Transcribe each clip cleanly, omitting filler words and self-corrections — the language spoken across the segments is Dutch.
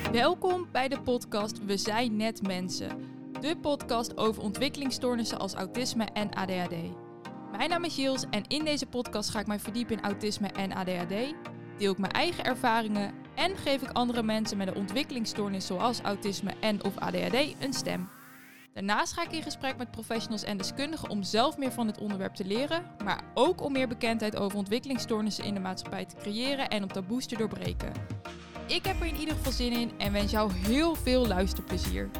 Welkom bij de podcast We zijn net mensen. De podcast over ontwikkelingsstoornissen als autisme en ADHD. Mijn naam is Jils en in deze podcast ga ik mij verdiepen in autisme en ADHD. Deel ik mijn eigen ervaringen en geef ik andere mensen met een ontwikkelingsstoornis zoals autisme en of ADHD een stem. Daarnaast ga ik in gesprek met professionals en deskundigen om zelf meer van het onderwerp te leren, maar ook om meer bekendheid over ontwikkelingsstoornissen in de maatschappij te creëren en om taboes te doorbreken. Ik heb er in ieder geval zin in en wens jou heel veel luisterplezier.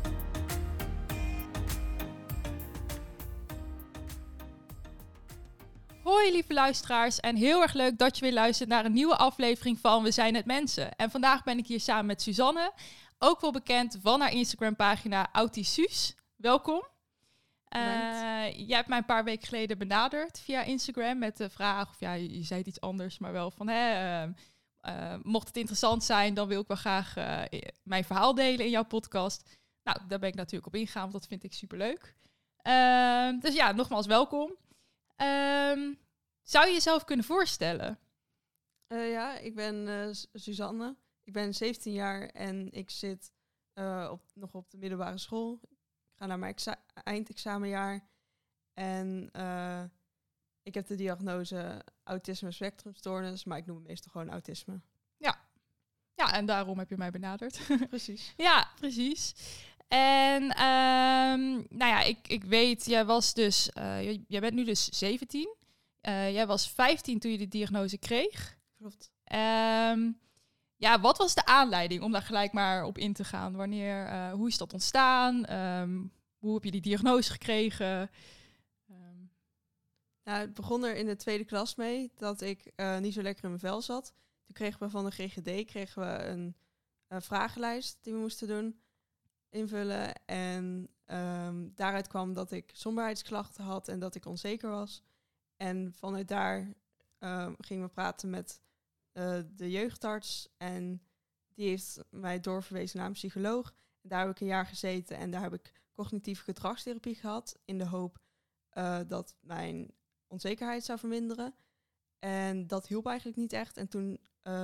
Hoi lieve luisteraars en heel erg leuk dat je weer luistert naar een nieuwe aflevering van We zijn net mensen. En vandaag ben ik hier samen met Suzanne, ook wel bekend van haar Instagram pagina Autisus. Welkom. Jij hebt mij een paar weken geleden benaderd via Instagram met de vraag, of ja, je zei het iets anders, maar wel van mocht het interessant zijn, dan wil ik wel graag mijn verhaal delen in jouw podcast. Nou, daar ben ik natuurlijk op ingegaan, want dat vind ik superleuk. Dus ja, nogmaals welkom. Zou je jezelf kunnen voorstellen? Ja, ik ben Suzanne. Ik ben 17 jaar en ik zit nog op de middelbare school. Ik ga naar mijn eindexamenjaar. En ik heb de diagnose autisme spectrumstoornis, maar ik noem het meestal gewoon autisme. Ja, en daarom heb je mij benaderd. Precies. Ja, precies. En nou ja, ik weet, jij was dus, jij bent nu dus 17. Jij was 15 toen je de diagnose kreeg. Klopt. Ja, wat was de aanleiding om daar gelijk maar op in te gaan? Hoe is dat ontstaan? Hoe heb je die diagnose gekregen? Nou, het begon er in de tweede klas mee dat ik niet zo lekker in mijn vel zat. Toen kregen we van de GGD een vragenlijst die we moesten invullen. En daaruit kwam dat ik somberheidsklachten had en dat ik onzeker was. En vanuit daar gingen we praten met de jeugdarts. En die heeft mij doorverwezen naar een psycholoog. En daar heb ik een jaar gezeten en daar heb ik cognitieve gedragstherapie gehad. In de hoop dat mijn onzekerheid zou verminderen. En dat hielp eigenlijk niet echt. En toen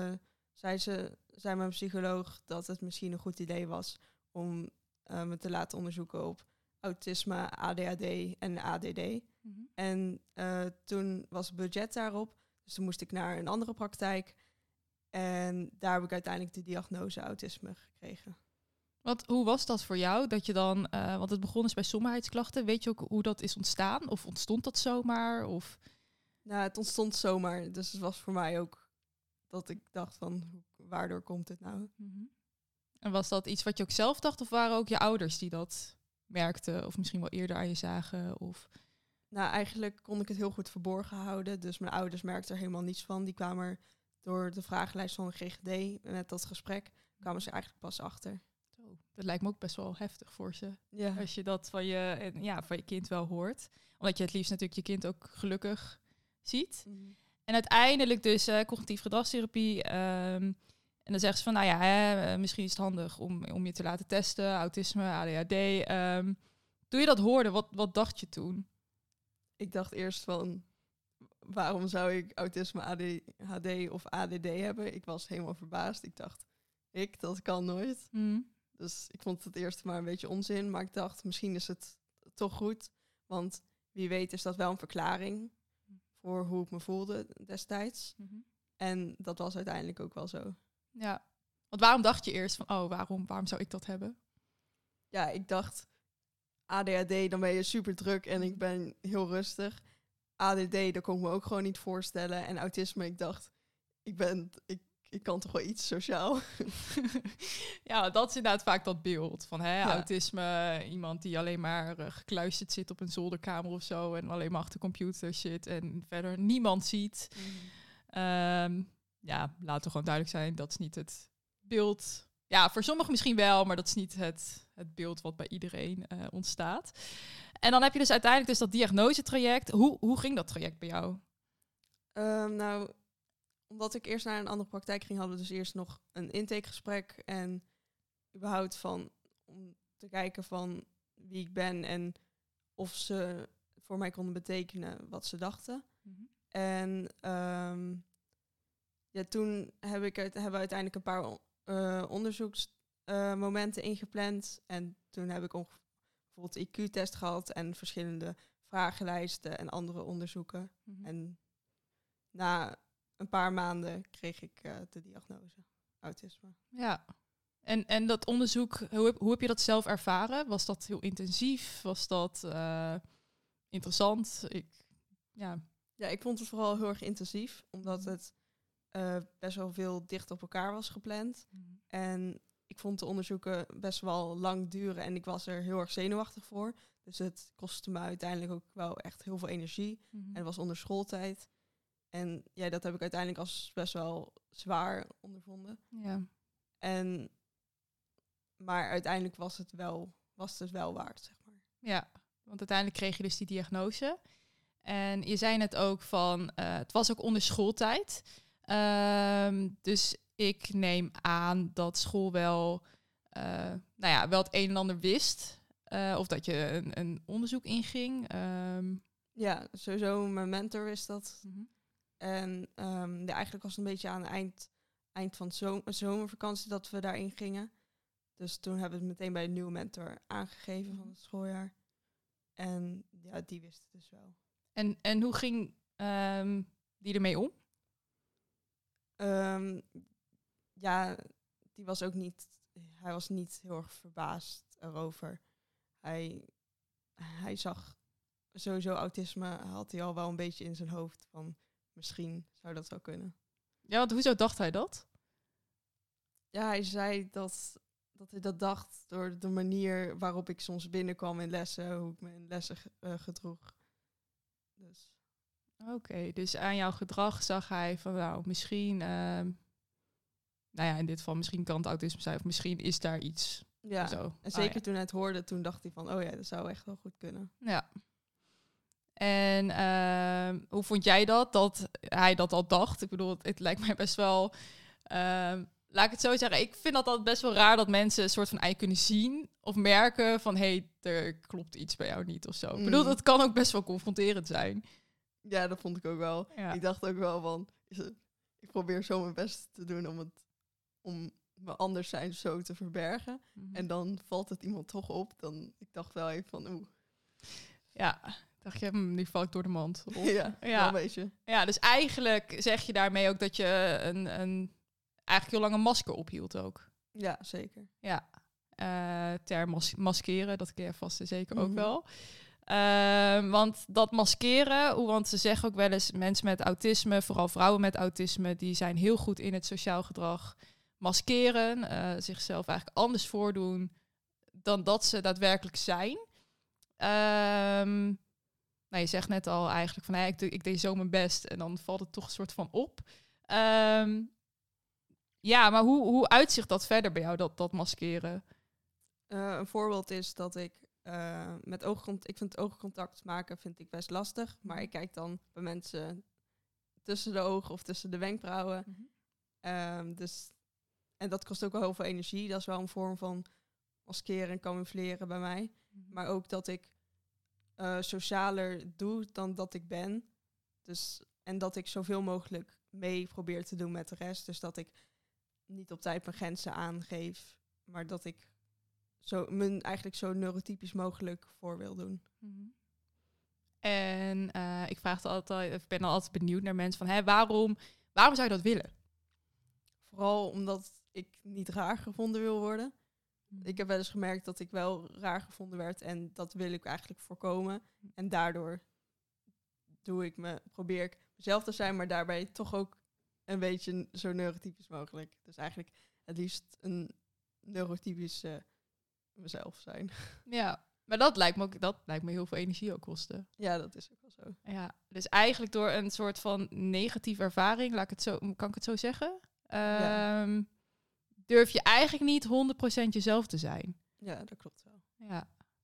zei mijn psycholoog dat het misschien een goed idee was om me te laten onderzoeken op autisme, ADHD en ADD. Mm-hmm. En toen was het budget daarop. Dus toen moest ik naar een andere praktijk. En daar heb ik uiteindelijk de diagnose autisme gekregen. Hoe was dat voor jou? Dat je dan, want het begon dus bij somberheidsklachten. Weet je ook hoe dat is ontstaan? Of ontstond dat zomaar? Of? Nou, het ontstond zomaar. Dus het was voor mij ook dat ik dacht van, waardoor komt dit nou? Mm-hmm. En was dat iets wat je ook zelf dacht? Of waren ook je ouders die dat merkten? Of misschien wel eerder aan je zagen? Of? Nou, eigenlijk kon ik het heel goed verborgen houden. Dus mijn ouders merkten er helemaal niets van. Die kwamen er door de vragenlijst van de GGD, met dat gesprek, kwamen ze eigenlijk pas achter. Dat lijkt me ook best wel heftig voor ze. Ja. Als je dat van je kind wel hoort. Omdat je het liefst natuurlijk je kind ook gelukkig ziet. Mm-hmm. En uiteindelijk dus cognitieve gedragstherapie. En dan zeggen ze van, nou ja, misschien is het handig om je te laten testen. Autisme, ADHD. Toen je dat hoorde, wat dacht je toen? Ik dacht eerst van, waarom zou ik autisme, ADHD of ADD hebben? Ik was helemaal verbaasd. Ik dacht, dat kan nooit. Mm. Dus ik vond het eerst maar een beetje onzin. Maar ik dacht, misschien is het toch goed. Want wie weet is dat wel een verklaring voor hoe ik me voelde destijds. Mm-hmm. En dat was uiteindelijk ook wel zo. Ja, want waarom dacht je eerst van, waarom zou ik dat hebben? Ja, ik dacht, ADHD, dan ben je super druk en ik ben heel rustig. ADD, dat kon ik me ook gewoon niet voorstellen. En autisme, ik dacht, ik kan toch wel iets sociaal. Ja, dat is inderdaad vaak dat beeld van autisme. Iemand die alleen maar gekluisterd zit op een zolderkamer of zo. En alleen maar achter computer zit en verder niemand ziet. Mm-hmm. Laten we gewoon duidelijk zijn, dat is niet het beeld. Ja, voor sommigen misschien wel, maar dat is niet het beeld wat bij iedereen ontstaat. En dan heb je dus uiteindelijk dat diagnosetraject. Hoe ging dat traject bij jou? Nou, omdat ik eerst naar een andere praktijk ging, hadden we dus eerst nog een intakegesprek. En überhaupt om te kijken van wie ik ben en of ze voor mij konden betekenen wat ze dachten. Mm-hmm. En toen hebben we uiteindelijk een paar momenten ingepland. En toen heb ik bijvoorbeeld IQ-test gehad en verschillende vragenlijsten en andere onderzoeken. Mhm. En na een paar maanden kreeg ik de diagnose autisme. Ja. En dat onderzoek, hoe heb je dat zelf ervaren? Was dat heel intensief? Was dat interessant? Ja, ik vond het vooral heel erg intensief, omdat het best wel veel dicht op elkaar was gepland. En ik vond de onderzoeken best wel lang duren en ik was er heel erg zenuwachtig voor. Dus het kostte me uiteindelijk ook wel echt heel veel energie. En het was onder schooltijd. En ja, dat heb ik uiteindelijk als best wel zwaar ondervonden. Ja. Maar uiteindelijk was het wel waard, zeg maar. Ja, want uiteindelijk kreeg je dus die diagnose. En je zei net ook van, het was ook onder schooltijd. Dus ik neem aan dat school wel het een en ander wist. Of dat je een onderzoek inging. Ja, sowieso mijn mentor wist dat. Mhm. En eigenlijk was het een beetje aan het eind van zomervakantie dat we daarin gingen. Dus toen hebben we het meteen bij een nieuwe mentor aangegeven van het schooljaar. En ja, die wist het dus wel. En hoe ging die ermee om? Ja, die was ook niet... Hij was niet heel erg verbaasd erover. Hij zag sowieso autisme, had hij al wel een beetje in zijn hoofd van misschien zou dat wel kunnen. Ja, want hoezo dacht hij dat? Ja, hij zei dat hij dat dacht door de manier waarop ik soms binnenkwam in lessen, hoe ik me in lessen gedroeg. Dus. Oké, dus aan jouw gedrag zag hij van nou, misschien, in dit geval misschien kan het autisme zijn of misschien is daar iets. Ja, Zo. en zeker toen hij het hoorde, toen dacht hij van, oh ja, dat zou echt wel goed kunnen. Ja. En hoe vond jij dat hij dat al dacht? Ik bedoel, het lijkt mij best wel... laat ik het zo zeggen, ik vind dat altijd best wel raar dat mensen een soort van ei kunnen zien of merken van er klopt iets bij jou niet of zo. Ik bedoel, dat kan ook best wel confronterend zijn. Ja, dat vond ik ook wel. Ja. Ik dacht ook wel van, ik probeer zo mijn best te doen om me anders zijn zo te verbergen. Mhm. En dan valt het iemand toch op. Ik dacht wel even van, Ja, dacht je, nu val ik door de mand. Of, ja, wel een beetje. Ja, dus eigenlijk zeg je daarmee ook dat je eigenlijk heel lang een masker ophield ook. Ja, zeker. Ja, ter maskeren, dat ken je vast en zeker ook Mhm. wel. Want dat maskeren, want ze zeggen ook wel eens mensen met autisme, vooral vrouwen met autisme, die zijn heel goed in het sociaal gedrag maskeren, zichzelf eigenlijk anders voordoen dan dat ze daadwerkelijk zijn. Je zegt net al eigenlijk van ik deed zo mijn best en dan valt het toch een soort van op. Maar hoe uitzicht dat verder bij jou, dat maskeren? Een voorbeeld is dat ik met oogcontact... Ik vind oogcontact maken vind ik best lastig. Maar ik kijk dan bij mensen tussen de ogen of tussen de wenkbrauwen. En dat kost ook wel heel veel energie. Dat is wel een vorm van maskeren en camoufleren bij mij. Maar ook dat ik socialer doe dan dat ik ben. Dus, en dat ik zoveel mogelijk mee probeer te doen met de rest. Dus dat ik niet op tijd mijn grenzen aangeef. Maar dat ik me eigenlijk zo neurotypisch mogelijk voor wil doen. En ik ben altijd benieuwd naar mensen van waarom zou je dat willen? Vooral omdat ik niet raar gevonden wil worden. Ik heb wel eens gemerkt dat ik wel raar gevonden werd en dat wil ik eigenlijk voorkomen. En daardoor probeer ik mezelf te zijn, maar daarbij toch ook een beetje zo neurotypisch mogelijk. Dus eigenlijk het liefst een neurotypische mezelf zijn. Ja, maar dat lijkt me heel veel energie ook kosten. Ja, dat is ook wel zo. Ja, dus eigenlijk door een soort van negatieve ervaring, kan ik het zo zeggen? Durf je eigenlijk niet 100% jezelf te zijn. Ja, dat klopt wel. Ja.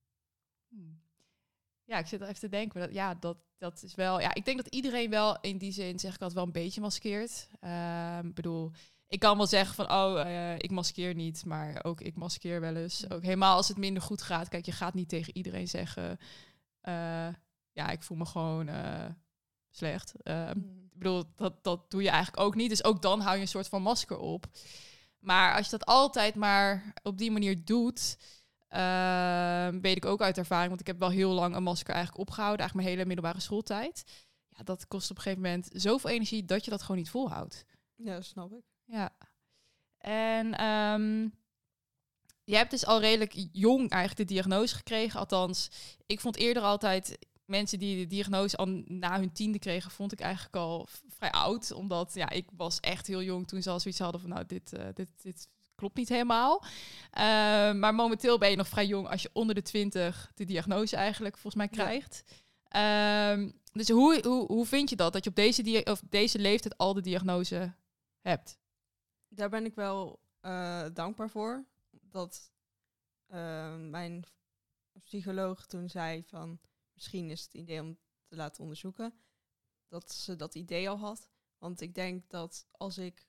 Ja, ik zit er even te denken. Dat is wel... Ja, ik denk dat iedereen wel in die zin, zeg ik altijd, wel een beetje maskeert. Ik bedoel, ik kan wel zeggen van, ik maskeer niet, maar ook ik maskeer wel eens. Ook helemaal als het minder goed gaat. Kijk, je gaat niet tegen iedereen zeggen, ik voel me gewoon slecht. Ik bedoel, dat doe je eigenlijk ook niet. Dus ook dan hou je een soort van masker op. Maar als je dat altijd maar op die manier doet, weet ik ook uit ervaring, want ik heb wel heel lang een masker eigenlijk opgehouden, eigenlijk mijn hele middelbare schooltijd. Ja, dat kost op een gegeven moment zoveel energie dat je dat gewoon niet volhoudt. Ja, dat snap ik. Ja. En jij hebt dus al redelijk jong eigenlijk de diagnose gekregen. Althans, ik vond eerder altijd mensen die de diagnose al na hun 10e kregen, vond ik eigenlijk al vrij oud. Omdat ik was echt heel jong toen ze al zoiets hadden van nou, dit klopt niet helemaal. Maar momenteel ben je nog vrij jong als je onder de 20 de diagnose eigenlijk volgens mij krijgt. Ja. Dus hoe vind je dat je op deze leeftijd al de diagnose hebt? Daar ben ik wel dankbaar voor. Dat mijn psycholoog toen zei van misschien is het idee om te laten onderzoeken. Dat ze dat idee al had. Want ik denk dat als ik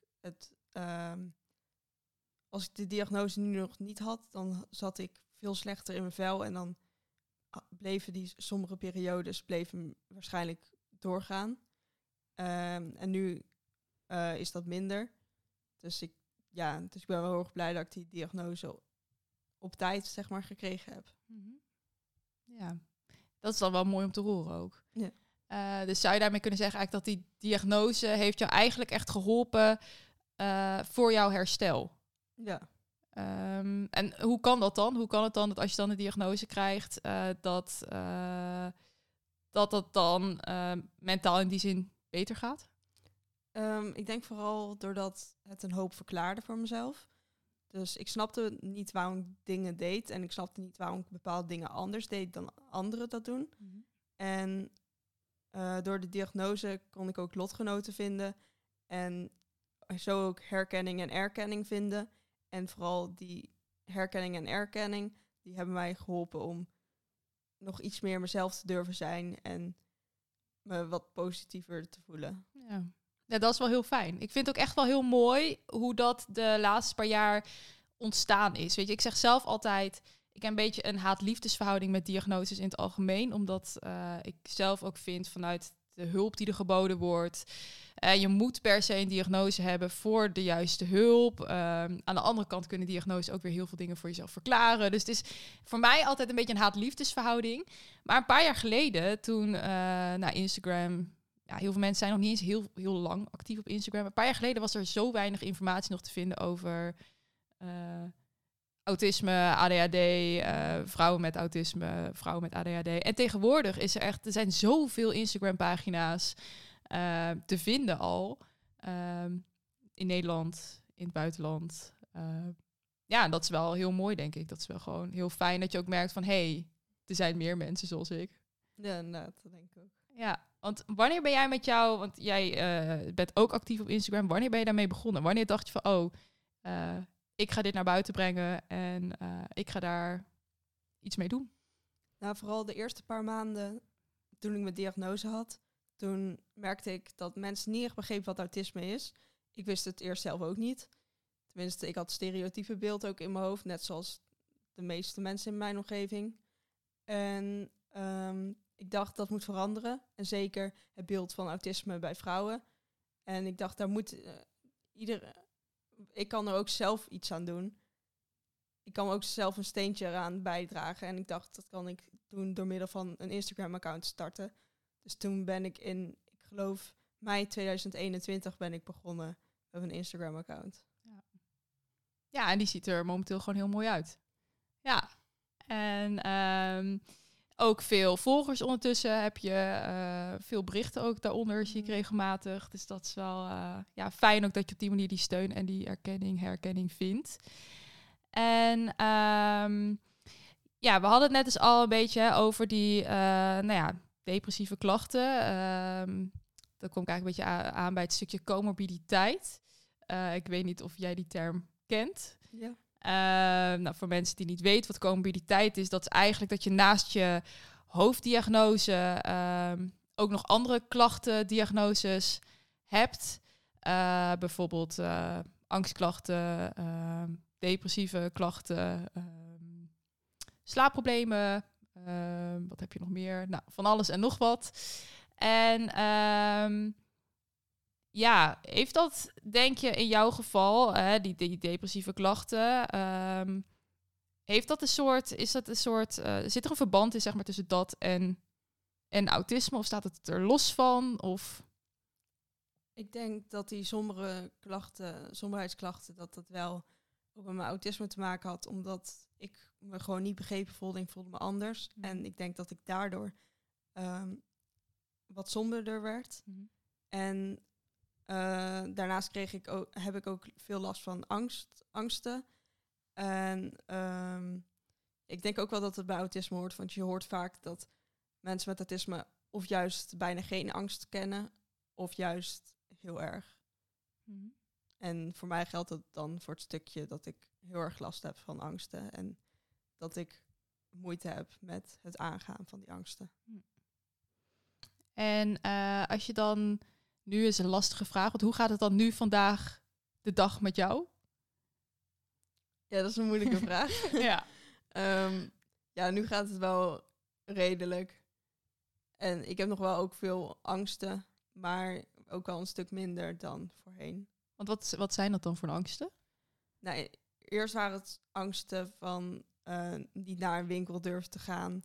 de diagnose nu nog niet had, dan zat ik veel slechter in mijn vel. En dan bleven die sommige periodes waarschijnlijk doorgaan. En nu is dat minder. Dus ik ben wel heel erg blij dat ik die diagnose op tijd, zeg maar, gekregen heb. Mm-hmm. Ja, dat is dan wel mooi om te horen ook. Ja. Dus zou je daarmee kunnen zeggen eigenlijk dat die diagnose heeft jou eigenlijk echt geholpen voor jouw herstel? Ja. En hoe kan dat dan? Hoe kan het dan dat als je dan de diagnose krijgt, dat dan mentaal in die zin beter gaat? Ik denk vooral doordat het een hoop verklaarde voor mezelf. Dus ik snapte niet waarom ik dingen deed. En ik snapte niet waarom ik bepaalde dingen anders deed dan anderen dat doen. Mm-hmm. En door de diagnose kon ik ook lotgenoten vinden. En zo ook herkenning en erkenning vinden. En vooral die herkenning en erkenning, die hebben mij geholpen om nog iets meer mezelf te durven zijn. En me wat positiever te voelen. Ja, dat is wel heel fijn. Ik vind het ook echt wel heel mooi hoe dat de laatste paar jaar ontstaan is. Weet je, ik zeg zelf altijd, ik heb een beetje een haat-liefdesverhouding met diagnoses in het algemeen. Omdat ik zelf ook vind vanuit de hulp die er geboden wordt. Je moet per se een diagnose hebben voor de juiste hulp. Aan de andere kant kunnen diagnoses ook weer heel veel dingen voor jezelf verklaren. Dus het is voor mij altijd een beetje een haat-liefdesverhouding. Maar een paar jaar geleden, toen Instagram... Ja, heel veel mensen zijn nog niet eens heel lang actief op Instagram. Een paar jaar geleden was er zo weinig informatie nog te vinden over autisme, ADHD, vrouwen met autisme, vrouwen met ADHD. En tegenwoordig er zijn zoveel Instagram-pagina's te vinden al. In Nederland, in het buitenland. Ja, dat is wel heel mooi, denk ik. Dat is wel gewoon heel fijn dat je ook merkt van... hey, er zijn meer mensen zoals ik. Ja, inderdaad, dat denk ik ook. Ja, want wanneer ben jij met jou... Want jij bent ook actief op Instagram. Wanneer ben je daarmee begonnen? Wanneer dacht je van... ik ga dit naar buiten brengen en ik ga daar iets mee doen? Nou, vooral de eerste paar maanden toen ik mijn diagnose had... toen merkte ik dat mensen niet echt begrepen wat autisme is. Ik wist het eerst zelf ook niet. Tenminste, ik had stereotype beeld ook in mijn hoofd... net zoals de meeste mensen in mijn omgeving. En... ik dacht, dat moet veranderen. En zeker het beeld van autisme bij vrouwen. En ik dacht, daar moet ik kan er ook zelf iets aan doen. Ik kan ook zelf een steentje eraan bijdragen. En ik dacht, dat kan ik doen door middel van een Instagram-account starten. Dus toen ben ik ik geloof, mei 2021 ben ik begonnen met een Instagram-account. Ja, en die ziet er momenteel gewoon heel mooi uit. Ja, en... ook veel volgers ondertussen. Heb je veel berichten ook daaronder, zie ik regelmatig. Dus dat is wel fijn ook dat je op die manier die steun en die herkenning vindt. En we hadden het net dus al een beetje over die depressieve klachten. Dat komt eigenlijk een beetje aan bij het stukje comorbiditeit. Ik weet niet of jij die term kent. Ja. Voor mensen die niet weten wat comorbiditeit is, dat is eigenlijk dat je naast je hoofddiagnose ook nog andere klachtendiagnoses hebt. Bijvoorbeeld angstklachten, depressieve klachten, slaapproblemen. Wat heb je nog meer? Nou, van alles en nog wat. En heeft dat, denk je, in jouw geval, die depressieve klachten, heeft dat zit er een verband in, zeg maar, tussen dat en autisme? Of staat het er los van? Of... Ik denk dat die somberheidsklachten, dat dat wel ook met mijn autisme te maken had. Omdat ik me gewoon niet begrepen voelde. Ik voelde me anders. Mm. En ik denk dat ik daardoor wat somberder werd. Mm. En daarnaast heb ik ook veel last van angsten. En ik denk ook wel dat het bij autisme hoort. Want je hoort vaak dat mensen met autisme of juist bijna geen angst kennen. Of juist heel erg. Mm. En voor mij geldt het dan voor het stukje dat ik heel erg last heb van angsten. En dat ik moeite heb met het aangaan van die angsten. En als je dan... Nu is een lastige vraag, want hoe gaat het dan nu vandaag de dag met jou? Ja, dat is een moeilijke vraag. Ja. Nu gaat het wel redelijk. En ik heb nog wel ook veel angsten, maar ook wel een stuk minder dan voorheen. Want wat zijn dat dan voor angsten? Nou, eerst waren het angsten van niet naar een winkel durven te gaan.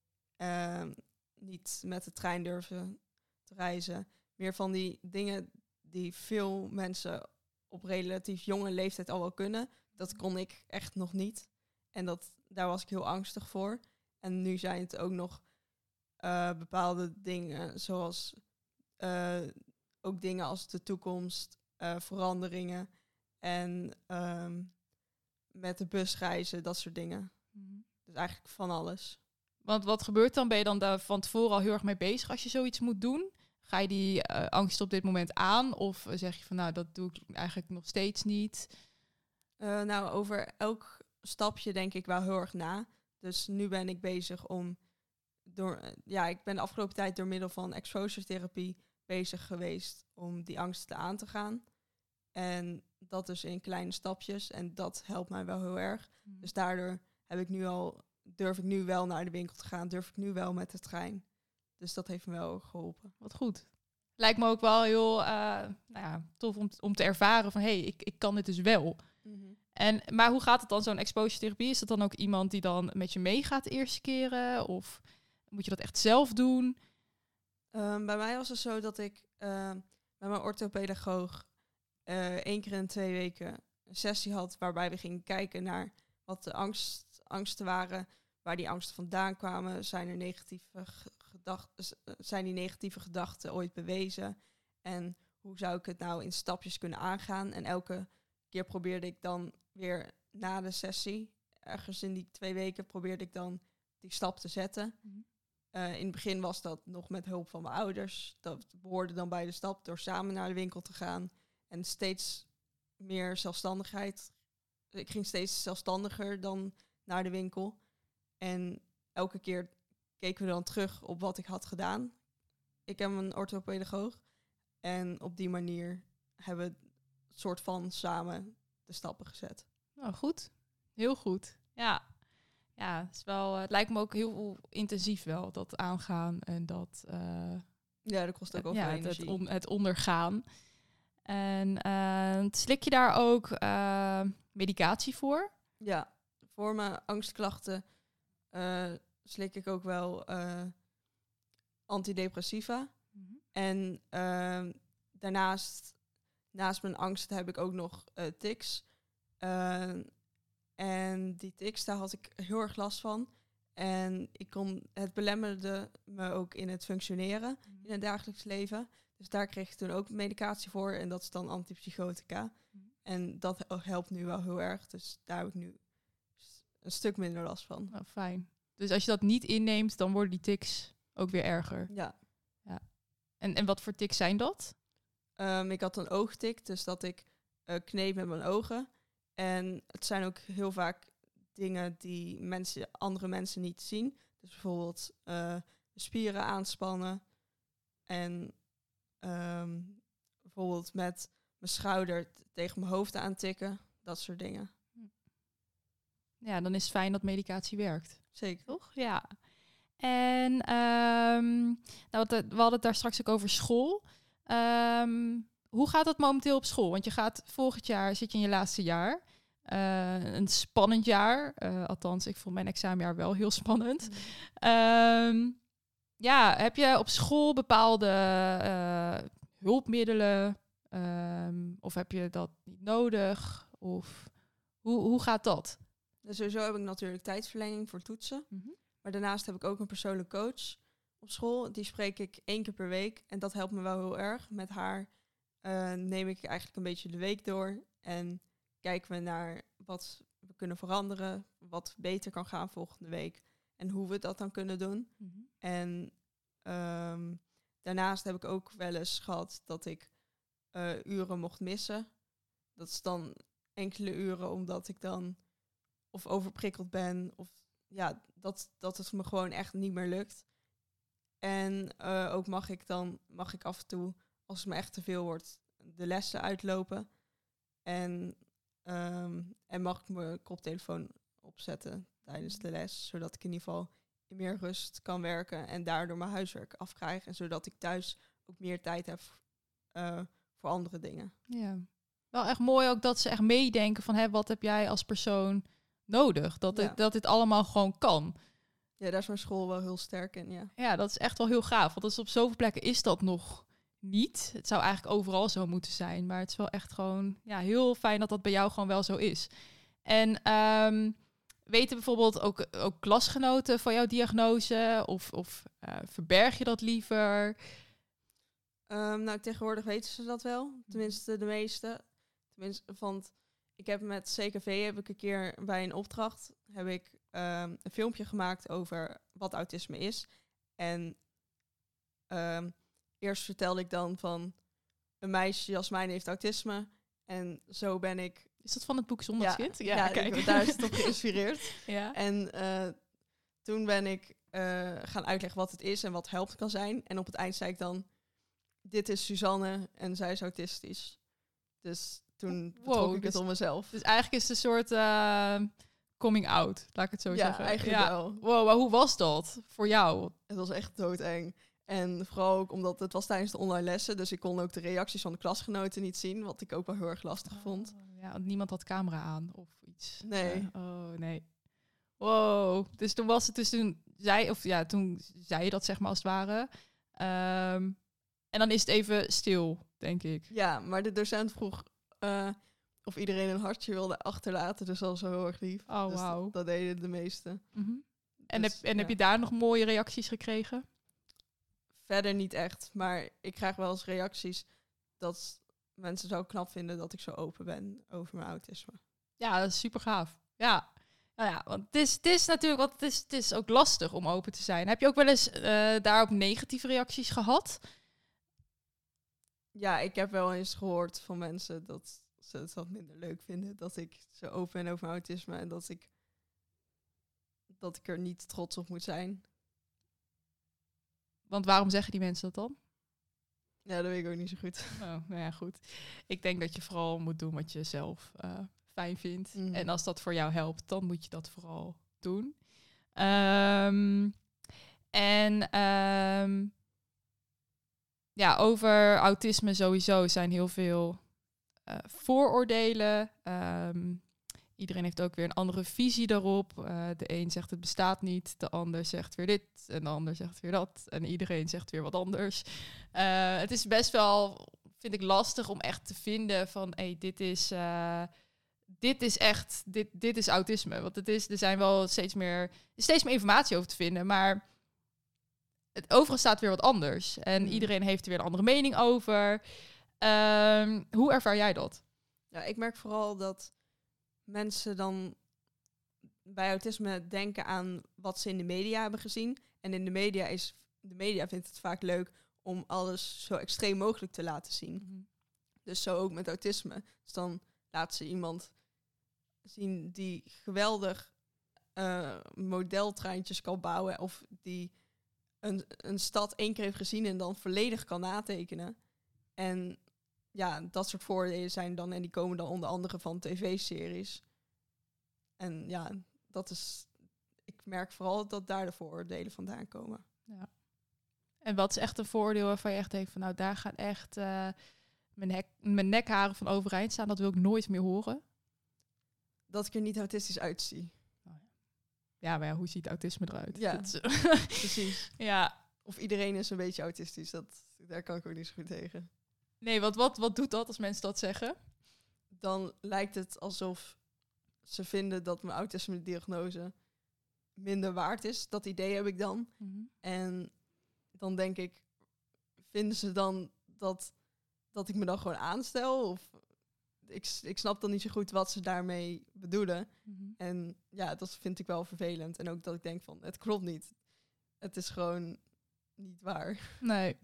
Niet met de trein durven te reizen. Meer van die dingen die veel mensen op relatief jonge leeftijd al wel kunnen. Dat kon ik echt nog niet. En daar was ik heel angstig voor. En nu zijn het ook nog bepaalde dingen, zoals ook dingen als de toekomst, veranderingen en met de bus reizen, dat soort dingen. Mm. Dus eigenlijk van alles. Want wat gebeurt dan? Ben je dan daar van tevoren al heel erg mee bezig als je zoiets moet doen? Ga je die angst op dit moment aan? Of zeg je van, nou, dat doe ik eigenlijk nog steeds niet? Over elk stapje denk ik wel heel erg na. Dus nu ben ik bezig om ik ben de afgelopen tijd door middel van exposure therapie bezig geweest om die angsten aan te gaan. En dat dus in kleine stapjes. En dat helpt mij wel heel erg. Mm. Dus daardoor durf ik nu wel naar de winkel te gaan. Durf ik nu wel met de trein. Dus dat heeft me wel geholpen. Wat goed. Lijkt me ook wel heel tof om te ervaren van, ik kan dit dus wel. Mm-hmm. Maar hoe gaat het dan, zo'n exposure therapie? Is dat dan ook iemand die dan met je meegaat de eerste keren? Of moet je dat echt zelf doen? Bij mij was het zo dat ik met mijn orthopedagoog 1 keer in 2 weken een sessie had waarbij we gingen kijken naar wat de angsten waren, waar die angsten vandaan kwamen. Zijn die negatieve gedachten ooit bewezen? En hoe zou ik het nou in stapjes kunnen aangaan? En elke keer probeerde ik dan weer na de sessie, ergens in die 2 weken, probeerde ik dan die stap te zetten. Mm. In het begin was dat nog met hulp van mijn ouders. Dat behoorde dan bij de stap door samen naar de winkel te gaan. En steeds meer zelfstandigheid. Ik ging steeds zelfstandiger dan naar de winkel. En elke keer keken we dan terug op wat ik had gedaan. Ik heb een orthopedagoog. En op die manier hebben we het soort van samen de stappen gezet. Nou, goed. Heel goed. Ja. Ja, het lijkt me ook heel intensief wel, dat aangaan en dat... Ja, dat kost ook wel veel energie. Het ondergaan. En slik je daar ook medicatie voor? Ja, voor mijn angstklachten slik ik ook wel antidepressiva. Mm-hmm. En daarnaast, naast mijn angst, heb ik ook nog tics. En die tics, daar had ik heel erg last van. En het belemmerde me ook in het functioneren in het dagelijks leven. Dus daar kreeg ik toen ook medicatie voor. En dat is dan antipsychotica. En dat helpt nu wel heel erg. Dus daar heb ik nu een stuk minder last van. Oh, fijn. Dus als je dat niet inneemt, dan worden die tics ook weer erger. Ja. En wat voor tics zijn dat? Ik had een oogtik, dus dat ik kneep met mijn ogen. En het zijn ook heel vaak dingen die andere mensen niet zien. Dus bijvoorbeeld de spieren aanspannen. En bijvoorbeeld met mijn schouder tegen mijn hoofd aantikken. Dat soort dingen. Ja, dan is het fijn dat medicatie werkt. Zeker. Toch? Ja. En we hadden het daar straks ook over school. hoe gaat het momenteel op school? Want je gaat volgend jaar, zit je in je laatste jaar. Een spannend jaar. Althans, ik vond mijn examenjaar wel heel spannend. Heb je op school bepaalde hulpmiddelen? Of heb je dat niet nodig? Of hoe gaat dat? Dus sowieso heb ik natuurlijk tijdsverlenging voor toetsen. Mm-hmm. Maar daarnaast heb ik ook een persoonlijke coach op school. Die spreek ik 1 keer per week. En dat helpt me wel heel erg. Met haar neem ik eigenlijk een beetje de week door. En kijken we naar wat we kunnen veranderen. Wat beter kan gaan volgende week. En hoe we dat dan kunnen doen. Mm-hmm. En daarnaast heb ik ook wel eens gehad dat ik uren mocht missen. Dat is dan enkele uren omdat ik dan of overprikkeld ben. Of ja, dat het me gewoon echt niet meer lukt. En ook mag ik af en toe, als het me echt te veel wordt, de lessen uitlopen. En mag ik mijn koptelefoon opzetten tijdens de les. Zodat ik in ieder geval in meer rust kan werken. En daardoor mijn huiswerk afkrijg. En zodat ik thuis ook meer tijd heb voor andere dingen. Ja, wel echt mooi ook dat ze echt meedenken van wat heb jij als persoon nodig? Dat dit allemaal gewoon kan. Ja, daar is mijn school wel heel sterk in, ja. Ja, dat is echt wel heel gaaf. Want op zoveel plekken is dat nog niet. Het zou eigenlijk overal zo moeten zijn. Maar het is wel echt gewoon heel fijn dat dat bij jou gewoon wel zo is. En weten bijvoorbeeld ook klasgenoten van jouw diagnose? Of verberg je dat liever? Tegenwoordig weten ze dat wel. Tenminste, de meeste. Want ik heb met CKV een keer bij een opdracht een filmpje gemaakt over wat autisme is. En eerst vertelde ik dan van een meisje, Jasmijn, heeft autisme. En zo ben ik... Is dat van het boek Zondagskind? Ja, kijk. Daar is het op geïnspireerd. Ja. En toen ben ik gaan uitleggen wat het is en wat helpt kan zijn. En op het eind zei ik dan, dit is Suzanne en zij is autistisch. Dus toen betrok ik het om mezelf. Dus eigenlijk is het een soort coming out, laat ik het zo zeggen. Eigenlijk wel. Wow, maar hoe was dat voor jou? Het was echt doodeng. En vooral ook omdat het was tijdens de online lessen. Dus ik kon ook de reacties van de klasgenoten niet zien. Wat ik ook wel heel erg lastig vond. Ja, want niemand had camera aan of iets. Nee. Nee. Wow. Dus toen was het toen zei je dat zeg maar als het ware. En dan is het even stil, denk ik. Ja, maar de docent vroeg of iedereen een hartje wilde achterlaten. Dus dat was wel heel erg lief. Oh, dus wauw. dat deden de meesten. Mm-hmm. Dus, heb je daar nog mooie reacties gekregen? Verder niet echt. Maar ik krijg wel eens reacties dat mensen zo knap vinden dat ik zo open ben over mijn autisme. Ja, dat is super gaaf. Ja. Nou ja, want het is natuurlijk, want het is ook lastig om open te zijn. Heb je ook wel eens daarop negatieve reacties gehad? Ja, ik heb wel eens gehoord van mensen dat ze het wat minder leuk vinden. Dat ik zo open ben over mijn autisme en dat ik er niet trots op moet zijn. Want waarom zeggen die mensen dat dan? Ja, dat weet ik ook niet zo goed. Oh, nou ja, goed. Ik denk dat je vooral moet doen wat je zelf fijn vindt. Mm. En als dat voor jou helpt, dan moet je dat vooral doen. Over autisme sowieso zijn heel veel vooroordelen. Iedereen heeft ook weer een andere visie daarop. De een zegt het bestaat niet, de ander zegt weer dit en de ander zegt weer dat. En iedereen zegt weer wat anders. Het is best wel, vind ik, lastig om echt te vinden van dit is autisme. Want er zijn wel steeds meer informatie over te vinden, maar het overal staat weer wat anders. En iedereen heeft er weer een andere mening over. Hoe ervaar jij dat? Ja, ik merk vooral dat mensen dan bij autisme denken aan wat ze in de media hebben gezien. En in de media vindt het vaak leuk om alles zo extreem mogelijk te laten zien. Mm-hmm. Dus zo ook met autisme. Dus dan laat ze iemand zien die geweldig modeltreintjes kan bouwen. Of die een stad 1 keer heeft gezien en dan volledig kan natekenen. En ja, dat soort voordelen zijn dan, en die komen dan onder andere van tv-series. En ja, ik merk vooral dat daar de vooroordelen vandaan komen. Ja. En wat is echt een voordeel waarvan je echt denkt van, nou, daar gaan echt mijn nekharen van overeind staan. Dat wil ik nooit meer horen. Dat ik er niet autistisch uitzie. Ja, maar ja, hoe ziet autisme eruit? Ja, Dat is- precies. ja. Of iedereen is een beetje autistisch. Daar kan ik ook niet zo goed tegen. Nee, wat doet dat als mensen dat zeggen? Dan lijkt het alsof ze vinden dat mijn autisme-diagnose minder waard is. Dat idee heb ik dan. En dan denk ik, vinden ze dan dat ik me dan gewoon aanstel? Of ik snap dan niet zo goed wat ze daarmee bedoelen. En ja, dat vind ik wel vervelend. En ook dat ik denk van, het klopt niet. Het is gewoon niet waar.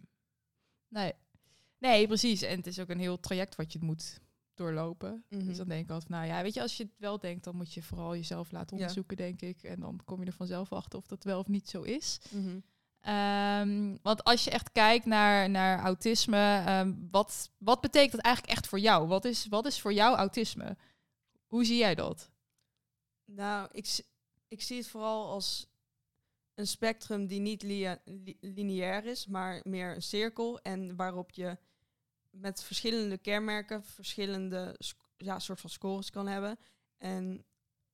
Nee, precies. En het is ook een heel traject wat je moet doorlopen. Mhm. Dus dan denk ik altijd, nou ja, weet je, als je het wel denkt, dan moet je vooral jezelf laten onderzoeken, denk ik. En dan kom je er vanzelf achter of dat wel of niet zo is. Mhm. Want als je echt kijkt naar autisme, wat betekent dat eigenlijk echt voor jou? Wat is voor jou autisme? Hoe zie jij dat? Nou, ik zie het vooral als een spectrum die niet lineair is, maar meer een cirkel. En waarop je met verschillende kenmerken verschillende soort van scores kan hebben. En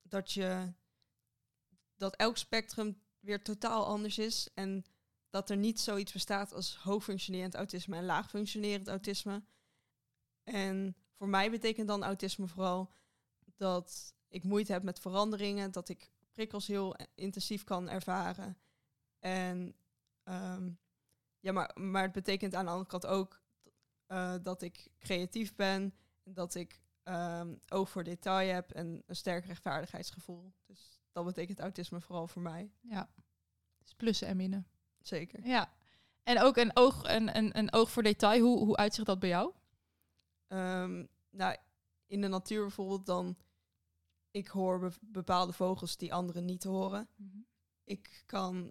dat elk spectrum weer totaal anders is. En dat er niet zoiets bestaat als hoogfunctionerend autisme en laagfunctionerend autisme. En voor mij betekent dan autisme vooral dat ik moeite heb met veranderingen, dat ik prikkels heel intensief kan ervaren. En maar het betekent aan de andere kant ook dat ik creatief ben, dat ik oog voor detail heb en een sterk rechtvaardigheidsgevoel. Dus dat betekent autisme vooral voor mij. Ja, dus plussen en minnen. Zeker. Ja, en ook een oog voor detail. Hoe uitzicht dat bij jou? Nou, in de natuur bijvoorbeeld dan, ik hoor bepaalde vogels die anderen niet horen. Ik kan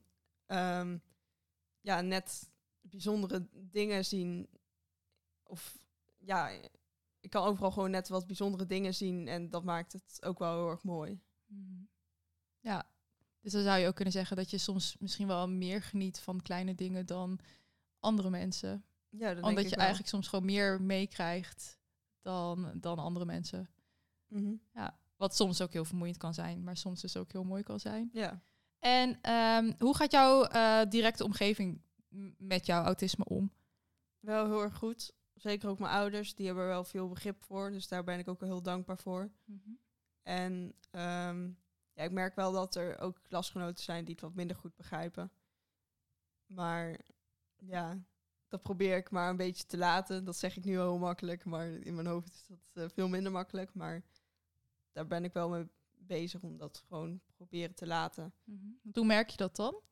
net bijzondere dingen zien. Of ja, ik kan overal gewoon net wat bijzondere dingen zien. En dat maakt het ook wel heel erg mooi. Ja, dus dan zou je ook kunnen zeggen dat je soms misschien wel meer geniet van kleine dingen dan andere mensen. Ja, dat Omdat denk je ik wel. eigenlijk soms gewoon meer meekrijgt dan andere mensen. Mhm. Ja, wat soms ook heel vermoeiend kan zijn, maar soms dus ook heel mooi kan zijn. Ja. En hoe gaat jouw directe omgeving met jouw autisme om? Wel heel erg goed. Zeker ook mijn ouders, die hebben er wel veel begrip voor. Dus daar ben ik ook wel heel dankbaar voor. En ik merk wel dat er ook klasgenoten zijn die het wat minder goed begrijpen. Maar ja, dat probeer ik maar een beetje te laten. Dat zeg ik nu wel heel makkelijk, maar in mijn hoofd is dat veel minder makkelijk. Maar daar ben ik wel mee bezig om dat gewoon proberen te laten. Hoe merk je dat dan?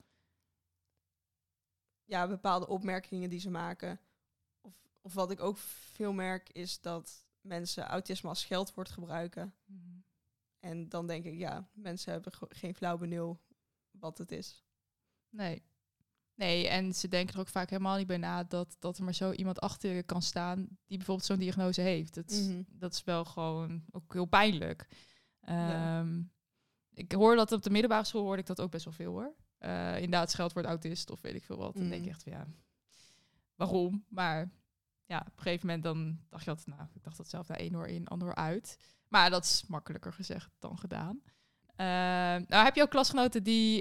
Ja, bepaalde opmerkingen die ze maken. Of wat ik ook veel merk is dat mensen autisme als scheldwoord gebruiken. En dan denk ik, ja, mensen hebben geen flauw benul wat het is. Nee, en ze denken er ook vaak helemaal niet bij na dat er maar zo iemand achter je kan staan die bijvoorbeeld zo'n diagnose heeft. Dat is wel gewoon ook heel pijnlijk. Ik hoor dat op de middelbare school hoorde ik dat ook best wel veel hoor. Inderdaad, scheldwoord autist of weet ik veel wat. Dan denk ik echt van ja, waarom? Maar ja, op een gegeven moment dan dacht je dat, ik dacht dat zelf daar één oor in, ander oor uit. Maar dat is makkelijker gezegd dan gedaan. Nou heb je ook klasgenoten die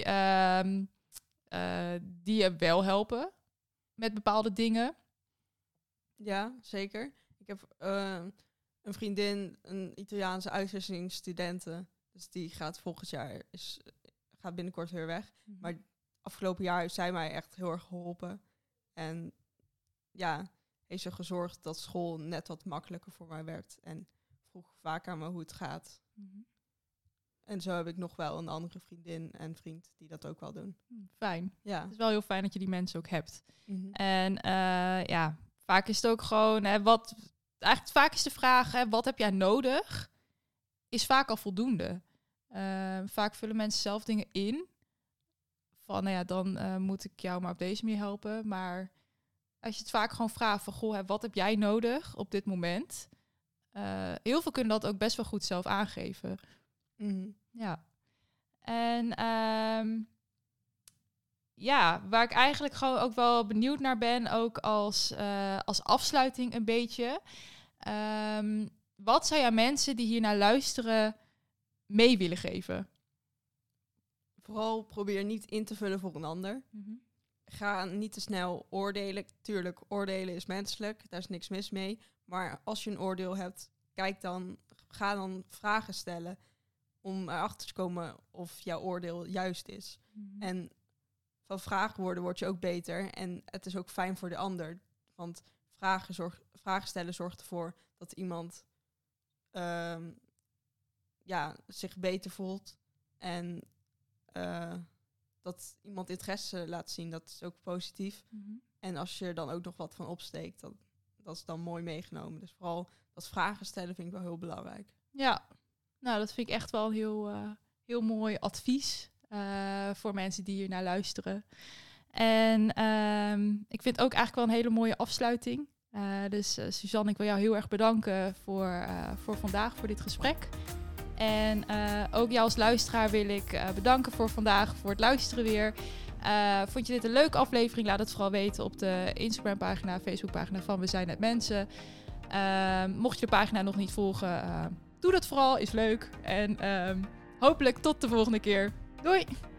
je wel helpen met bepaalde dingen? Ja, zeker. Ik heb een vriendin, een Italiaanse uitwisselingsstudente. Dus die gaat volgend jaar, gaat binnenkort weer weg. Maar afgelopen jaar heeft zij mij echt heel erg geholpen. En ja, heeft ze gezorgd dat school net wat makkelijker voor mij werd. En vroeg vaak aan me hoe het gaat. En zo heb ik nog wel een andere vriendin en vriend die dat ook wel doen. Fijn. Ja. Het is wel heel fijn dat je die mensen ook hebt. Mm-hmm. En vaak is het ook gewoon, eigenlijk vaak is de vraag, wat heb jij nodig? Is vaak al voldoende. Vaak vullen mensen zelf dingen in. Van, dan moet ik jou maar op deze manier helpen. Maar als je het vaak gewoon vraagt van, goh, wat heb jij nodig op dit moment? Heel veel kunnen dat ook best wel goed zelf aangeven. Mm-hmm. Ja. En waar ik eigenlijk gewoon ook wel benieuwd naar ben, ook als afsluiting een beetje. Wat zou je aan mensen die hier naar luisteren mee willen geven? Vooral probeer niet in te vullen voor een ander. Ga niet te snel oordelen. Tuurlijk, oordelen is menselijk. Daar is niks mis mee. Maar als je een oordeel hebt, ga dan vragen stellen om erachter te komen of jouw oordeel juist is. En van vragen word je ook beter. En het is ook fijn voor de ander. Want vragen stellen zorgt ervoor dat iemand zich beter voelt. En dat iemand interesse laat zien, dat is ook positief. En als je er dan ook nog wat van opsteekt, dat is dan mooi meegenomen. Dus vooral dat vragen stellen vind ik wel heel belangrijk. Ja, nou dat vind ik echt wel een heel mooi advies voor mensen die hier naar luisteren. En ik vind het ook eigenlijk wel een hele mooie afsluiting. Dus Suzanne, ik wil jou heel erg bedanken voor vandaag, voor dit gesprek. En ook jou als luisteraar wil ik bedanken voor vandaag, voor het luisteren weer. Vond je dit een leuke aflevering? Laat het vooral weten op de Instagram-pagina, Facebook-pagina van We Zijn Net Mensen. Mocht je de pagina nog niet volgen, doe dat vooral, is leuk. En hopelijk tot de volgende keer. Doei!